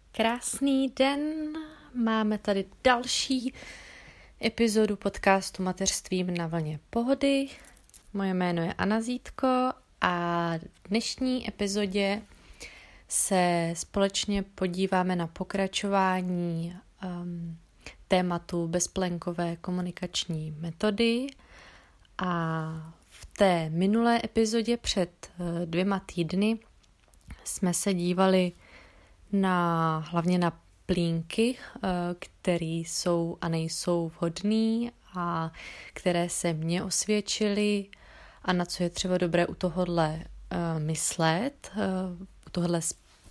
Krásný den, máme tady další epizodu podcastu Mateřstvím na vlně pohody. Moje jméno je Anna Zítko a v dnešní epizodě se společně podíváme na pokračování tématu bezplenkové komunikační metody a v té minulé epizodě před 2 týdny jsme se dívali hlavně na plínky, které jsou a nejsou vhodný a které se mně osvědčily a na co je třeba dobré u tohohle myslet, u tohohle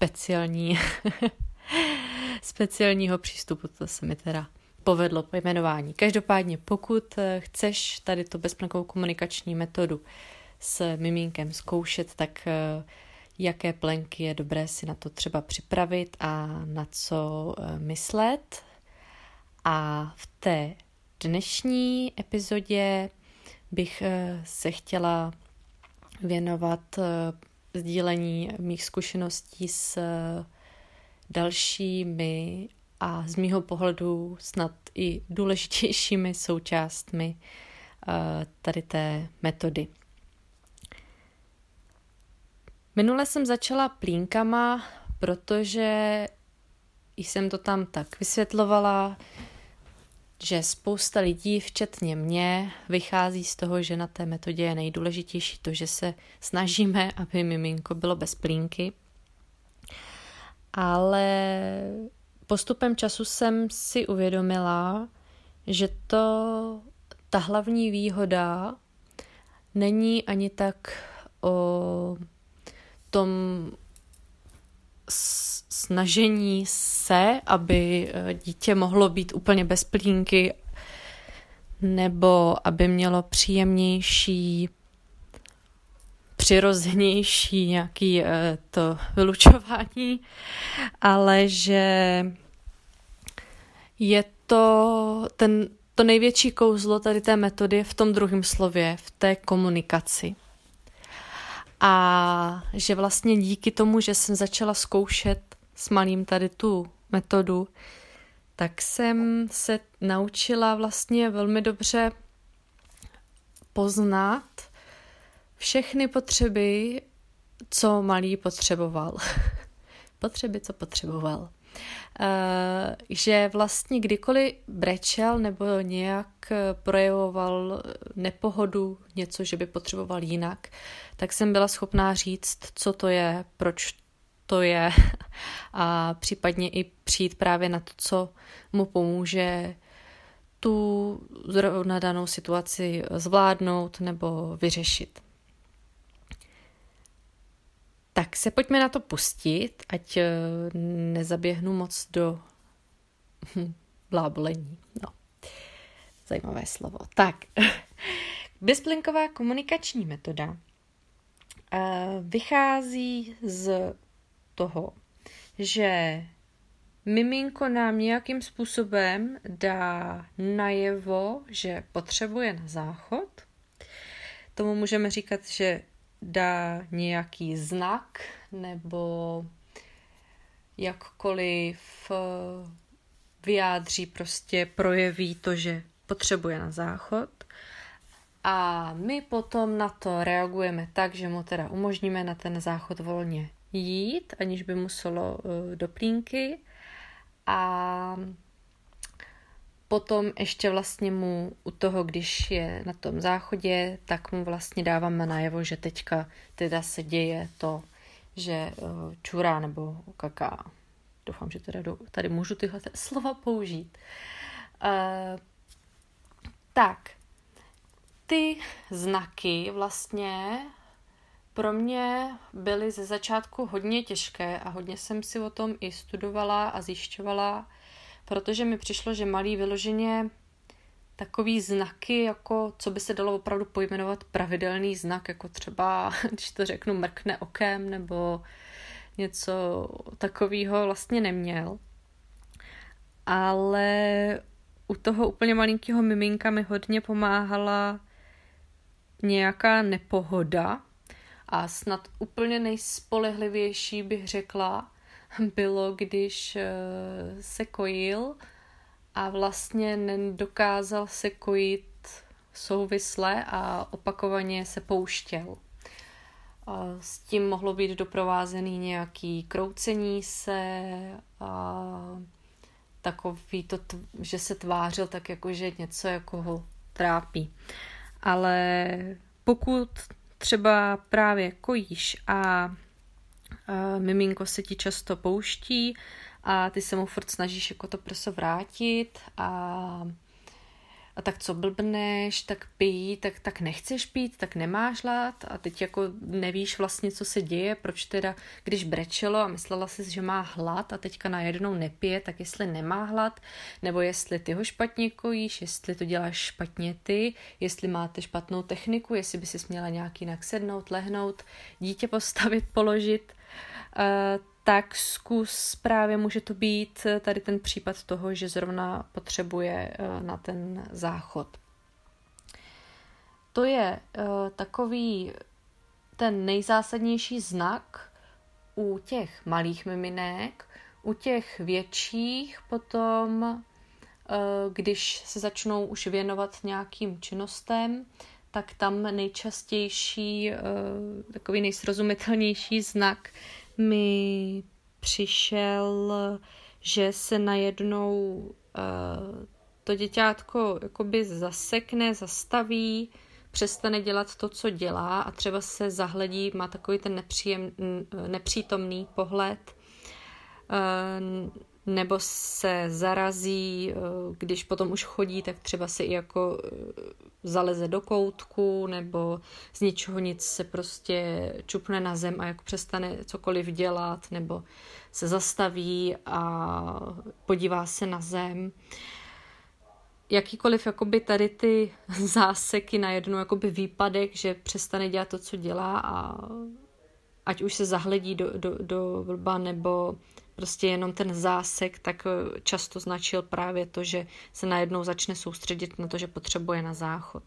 speciálního přístupu, to se mi teda povedlo pojmenování. Každopádně, pokud chceš tady tu bezplenkovou komunikační metodu s miminkem zkoušet, tak jaké plenky je dobré si na to třeba připravit a na co myslet. A v té dnešní epizodě bych se chtěla věnovat sdílení mých zkušeností s dalšími a z mýho pohledu snad i důležitějšími součástmi tady té metody. Minule jsem začala plínkama, protože jsem to tam tak vysvětlovala, že spousta lidí, včetně mě, vychází z toho, že na té metodě je nejdůležitější to, že se snažíme, aby miminko bylo bez plínky. Ale postupem času jsem si uvědomila, že ta hlavní výhoda není ani tak o tom snažení se, aby dítě mohlo být úplně bez plínky nebo aby mělo příjemnější, přirozenější nějaký to vylučování, ale že je to největší kouzlo tady té metody v tom druhém slově, v té komunikaci. A že vlastně díky tomu, že jsem začala zkoušet s malým tady tu metodu, tak jsem se naučila vlastně velmi dobře poznat všechny potřeby, co malý potřeboval. Potřeby, co potřeboval. Že vlastně kdykoliv brečel nebo nějak projevoval nepohodu, něco, že by potřeboval jinak, tak jsem byla schopná říct, co to je, proč to je a případně i přijít právě na to, co mu pomůže tu zrovna danou situaci zvládnout nebo vyřešit. Tak se pojďme na to pustit, ať nezaběhnu moc do blábolení. No, zajímavé slovo. Tak, bezplenková komunikační metoda vychází z toho, že miminko nám nějakým způsobem dá najevo, že potřebuje na záchod. Tomu můžeme říkat, že dá nějaký znak nebo jakkoliv vyjádří, prostě projeví to, že potřebuje na záchod. A my potom na to reagujeme tak, že mu teda umožníme na ten záchod volně jít, aniž by muselo do plínky. A potom ještě vlastně mu u toho, když je na tom záchodě, tak mu vlastně dáváme najevo, že teďka teda se děje to, že čurá nebo kaká. Doufám, že teda tady můžu tyhle slova použít. Tak, ty znaky vlastně pro mě byly ze začátku hodně těžké a hodně jsem si o tom i studovala a zjišťovala, protože mi přišlo, že malý vyloženě takový znaky, jako co by se dalo opravdu pojmenovat pravidelný znak, jako třeba, když to řeknu, mrkne okem nebo něco takového vlastně neměl. Ale u toho úplně malinkého miminka mi hodně pomáhala nějaká nepohoda a snad úplně nejspolehlivější bych řekla, bylo, když se kojil a vlastně nedokázal se kojit souvisle a opakovaně se pouštěl. S tím mohlo být doprovázený nějaký kroucení se a takový to, že se tvářil tak jako, že něco jako ho trápí. Ale pokud třeba právě kojíš a miminko se ti často pouští a ty se mu furt snažíš jako to prso vrátit a tak co blbneš, tak pij, tak nechceš pít, tak nemáš hlad a teď jako nevíš vlastně, co se děje, proč teda, když brečelo a myslela jsi, že má hlad a teďka najednou nepije, tak jestli nemá hlad, nebo jestli ty ho špatně kojíš, jestli to děláš špatně ty, jestli máte špatnou techniku, jestli by si měla nějak jinak sednout, lehnout, dítě postavit, položit, tak zkus právě, může to být tady ten případ toho, že zrovna potřebuje na ten záchod. To je takový ten nejzásadnější znak u těch malých miminek, u těch větších potom, když se začnou už věnovat nějakým činnostem, tak tam nejčastější, takový nejsrozumitelnější znak mi přišel, že se najednou to děťátko jakoby zasekne, zastaví, přestane dělat to, co dělá a třeba se zahledí, má takový ten nepřítomný pohled, nebo se zarazí, když potom už chodí, tak třeba se i jako zaleze do koutku, nebo z ničeho nic se prostě čupne na zem a jako přestane cokoliv dělat, nebo se zastaví a podívá se na zem. Jakýkoliv jakoby tady ty záseky na jednu jakoby výpadek, že přestane dělat to, co dělá a ať už se zahledí do blba, nebo prostě jenom ten zásek, tak často značil právě to, že se najednou začne soustředit na to, že potřebuje na záchod.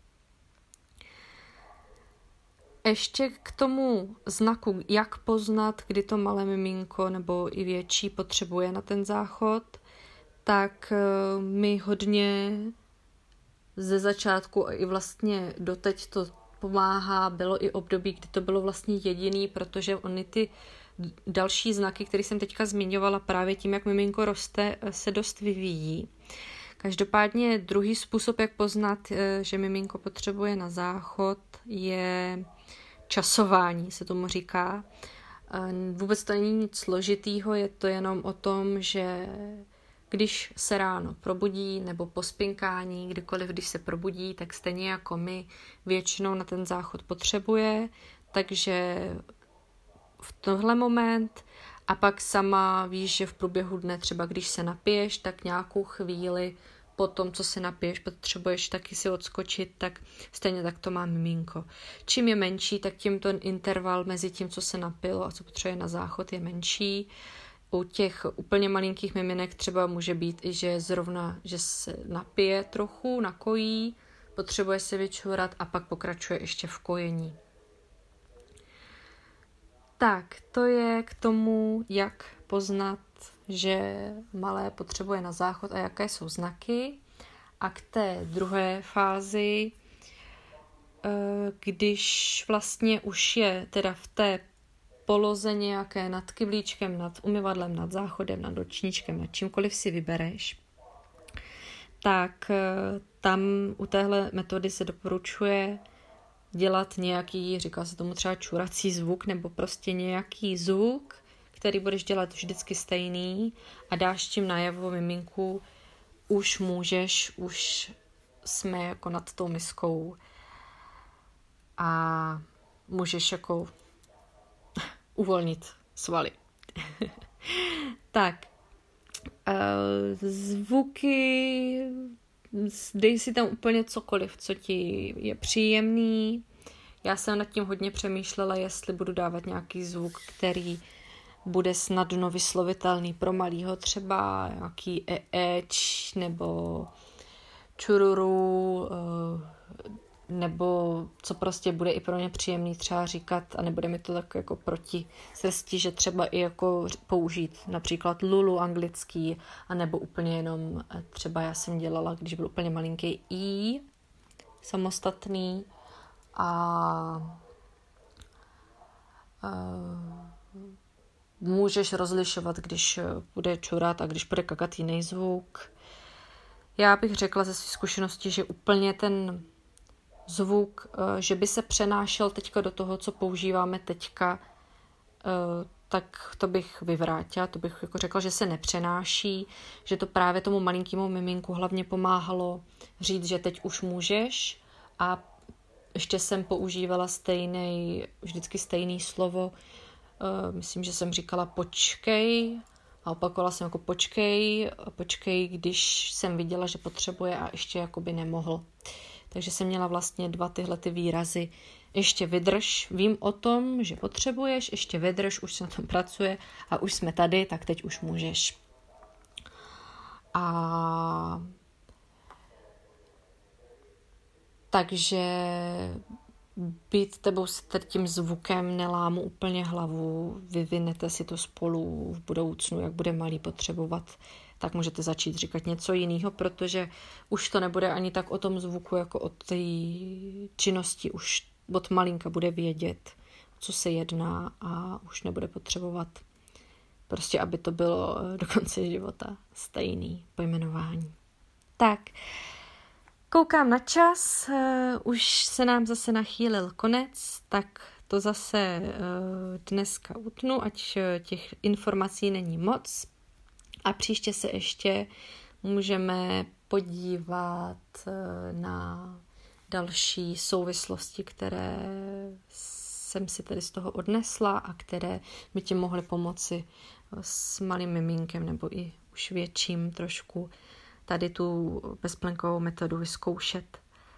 Ještě k tomu znaku, jak poznat, kdy to malé miminko nebo i větší potřebuje na ten záchod, tak mi hodně ze začátku a i vlastně doteď to pomáhá, bylo i období, kdy to bylo vlastně jediný, protože ony ty další znaky, které jsem teďka zmiňovala, právě tím, jak miminko roste, se dost vyvíjí. Každopádně druhý způsob, jak poznat, že miminko potřebuje na záchod, je časování, se tomu říká. Vůbec to není nic složitýho, je to jenom o tom, že když se ráno probudí nebo po spinkání, kdykoliv, když se probudí, tak stejně jako my většinou na ten záchod potřebuje, takže v tohle moment a pak sama víš, že v průběhu dne třeba když se napiješ, tak nějakou chvíli po tom, co se napiješ, potřebuješ taky si odskočit, tak stejně tak to má miminko. Čím je menší, tak tím ten interval mezi tím, co se napilo a co potřebuje na záchod, je menší. U těch úplně malinkých miminek třeba může být i, že zrovna, že se napije trochu, nakojí, potřebuje se vyčurat a pak pokračuje ještě v kojení. Tak, to je k tomu, jak poznat, že malé potřebuje na záchod a jaké jsou znaky. A k té druhé fázi, když vlastně už je teda v té poloze nějaké nad kyblíčkem, nad umyvadlem, nad záchodem, nad dočníčkem, nad čímkoliv si vybereš, tak tam u téhle metody se doporučuje dělat nějaký, říká se tomu třeba čurací zvuk, nebo prostě nějaký zvuk, který budeš dělat vždycky stejný a dáš tím najevo miminku, už můžeš, už jsme jako nad tou miskou a můžeš jako uvolnit svaly. Tak, zvuky, dej si tam úplně cokoliv, co ti je příjemný. Já jsem nad tím hodně přemýšlela, jestli budu dávat nějaký zvuk, který bude snadno vyslovitelný pro malýho, třeba nějaký eč nebo čururu, nebo co prostě bude i pro mě příjemný třeba říkat a nebude mi to tak jako proti srsti, že třeba i jako použít například lulu anglický, anebo úplně jenom třeba já jsem dělala, když byl úplně malinký i samostatný a můžeš rozlišovat, když bude čurat a když bude kakat jiný zvuk. Já bych řekla ze své zkušenosti, že úplně ten zvuk, že by se přenášel teďka do toho, co používáme teďka, tak to bych vyvrátila, to bych jako řekla, že se nepřenáší, že to právě tomu malinkému miminku hlavně pomáhalo říct, že teď už můžeš a ještě jsem používala vždycky stejný slovo, myslím, že jsem říkala počkej a opakovala jsem jako počkej, když jsem viděla, že potřebuje a ještě jakoby nemohl. Takže jsem měla vlastně 2 tyhle ty výrazy. Ještě vydrž, vím o tom, že potřebuješ, ještě vydrž, už se na tom pracuje a už jsme tady, tak teď už můžeš. Takže být tebou s tím zvukem nelámu úplně hlavu, vyvinete si to spolu v budoucnu, jak bude malý potřebovat, tak můžete začít říkat něco jiného, protože už to nebude ani tak o tom zvuku, jako o té činnosti, už od malinka bude vědět, co se jedná a už nebude potřebovat prostě, aby to bylo do konce života stejný pojmenování. Tak, koukám na čas, už se nám zase nachýlil konec, tak to zase dneska utnu, ať těch informací není moc. A příště se ještě můžeme podívat na další souvislosti, které jsem si tady z toho odnesla a které by ti mohly pomoci s malým miminkem nebo i už větším trošku tady tu bezplenkovou metodu vyzkoušet.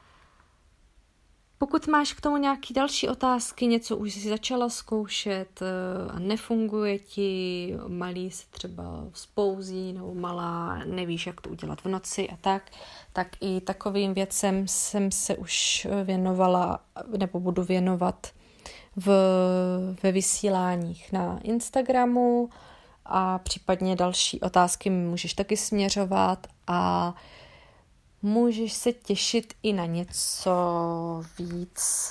Pokud máš k tomu nějaké další otázky, něco už jsi začala zkoušet a nefunguje ti, malý se třeba vzpouzí nebo malá, nevíš, jak to udělat v noci a tak i takovým věcem jsem se už věnovala nebo budu věnovat ve vysíláních na Instagramu a případně další otázky mi můžeš taky směřovat a můžeš se těšit i na něco víc,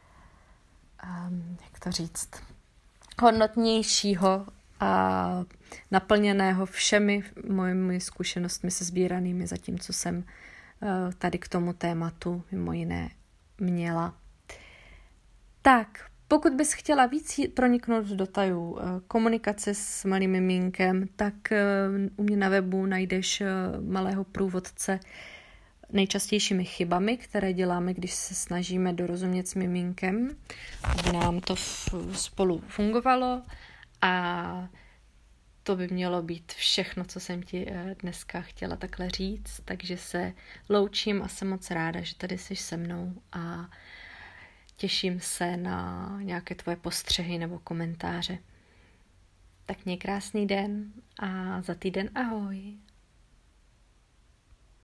jak to říct, hodnotnějšího a naplněného všemi mojimi zkušenostmi se sbíranými, zatímco jsem tady k tomu tématu mimo jiné měla. Tak, pokud bys chtěla víc proniknout do tajů komunikace s malým miminkem, tak u mě na webu najdeš malého průvodce nejčastějšími chybami, které děláme, když se snažíme dorozumět s miminkem, aby nám to spolu fungovalo a to by mělo být všechno, co jsem ti dneska chtěla takhle říct, takže se loučím a jsem moc ráda, že tady jsi se mnou a těším se na nějaké tvoje postřehy nebo komentáře. Tak měj krásný den a za týden ahoj.